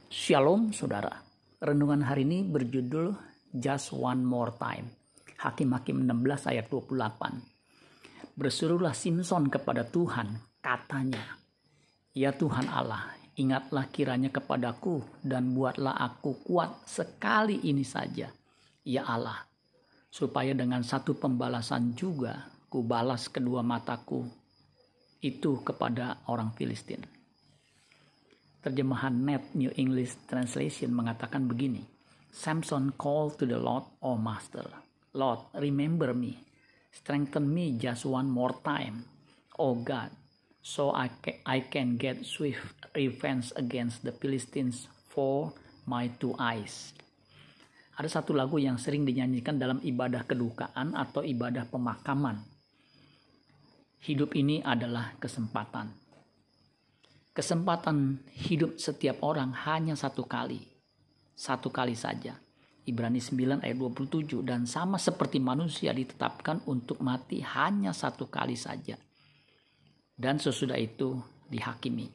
Shalom saudara. Renungan hari ini berjudul Just One More Time. Hakim-Hakim 16 ayat 28. Berserulah Simson kepada Tuhan, katanya, "Ya Tuhan Allah, ingatlah kiranya kepadaku dan buatlah aku kuat sekali ini saja, ya Allah, supaya dengan satu pembalasan juga kubalas kedua mataku itu kepada orang Filistin." Terjemahan Net New English Translation mengatakan begini, Samson called to the Lord, "Oh Master, Lord, remember me, strengthen me just one more time, oh God, so I can get swift revenge against the Philistines for my two eyes." Ada satu lagu yang sering dinyanyikan dalam ibadah kedukaan atau ibadah pemakaman. Hidup ini adalah kesempatan. Kesempatan hidup setiap orang hanya satu kali saja. Ibrani 9 ayat 27, dan sama seperti manusia ditetapkan untuk mati hanya satu kali saja. Dan sesudah itu dihakimi.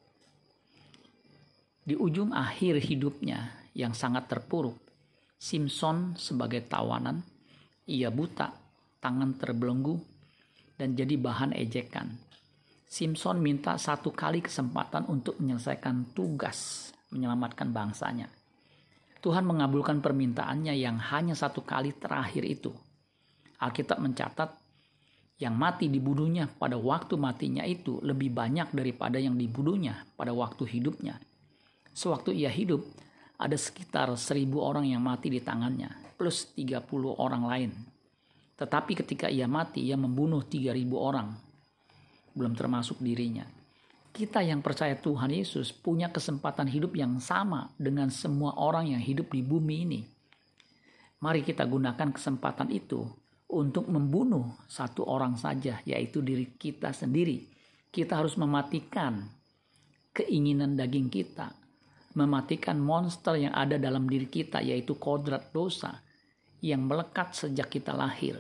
Di ujung akhir hidupnya yang sangat terpuruk, Simson sebagai tawanan, ia buta, tangan terbelenggu, dan jadi bahan ejekan. Simson minta satu kali kesempatan untuk menyelesaikan tugas menyelamatkan bangsanya. Tuhan mengabulkan permintaannya yang hanya satu kali terakhir itu. Alkitab mencatat yang mati dibunuhnya pada waktu matinya itu lebih banyak daripada yang dibunuhnya pada waktu hidupnya. Sewaktu ia hidup, ada sekitar 1.000 orang yang mati di tangannya, plus 30 orang lain. Tetapi ketika ia mati, ia membunuh 3.000 orang. Belum termasuk dirinya. Kita yang percaya Tuhan Yesus punya kesempatan hidup yang sama dengan semua orang yang hidup di bumi ini. Mari kita gunakan kesempatan itu untuk membunuh satu orang saja, yaitu diri kita sendiri. Kita harus mematikan keinginan daging kita, mematikan monster yang ada dalam diri kita, yaitu kodrat dosa yang melekat sejak kita lahir.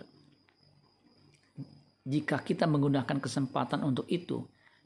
Jika kita menggunakan kesempatan untuk itu,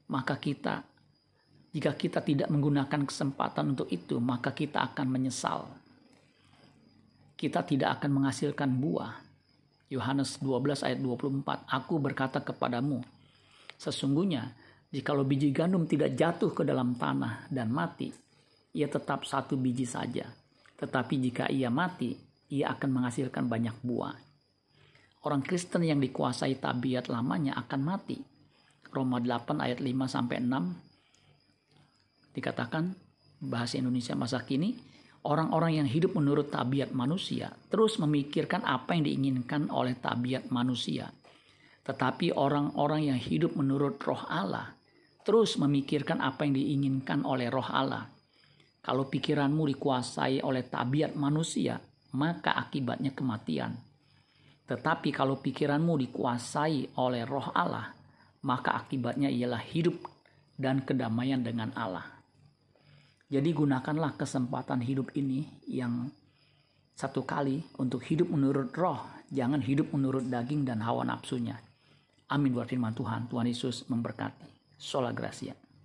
jika kita tidak menggunakan kesempatan untuk itu, maka kita akan menyesal. Kita tidak akan menghasilkan buah. Yohanes 12 ayat 24, "Aku berkata kepadamu, sesungguhnya jikalau biji gandum tidak jatuh ke dalam tanah dan mati, ia tetap satu biji saja. Tetapi jika ia mati, ia akan menghasilkan banyak buah." Orang Kristen yang dikuasai tabiat lamanya akan mati. Roma 8 ayat 5-6 dikatakan, bahasa Indonesia masa kini, orang-orang yang hidup menurut tabiat manusia terus memikirkan apa yang diinginkan oleh tabiat manusia. Tetapi orang-orang yang hidup menurut Roh Allah terus memikirkan apa yang diinginkan oleh Roh Allah. Kalau pikiranmu dikuasai oleh tabiat manusia, maka akibatnya kematian. Tetapi kalau pikiranmu dikuasai oleh Roh Allah, maka akibatnya ialah hidup dan kedamaian dengan Allah. Jadi gunakanlah kesempatan hidup ini yang satu kali untuk hidup menurut Roh, jangan hidup menurut daging dan hawa nafsunya. Amin buat firman Tuhan. Tuhan Yesus memberkati. Sola Gracia.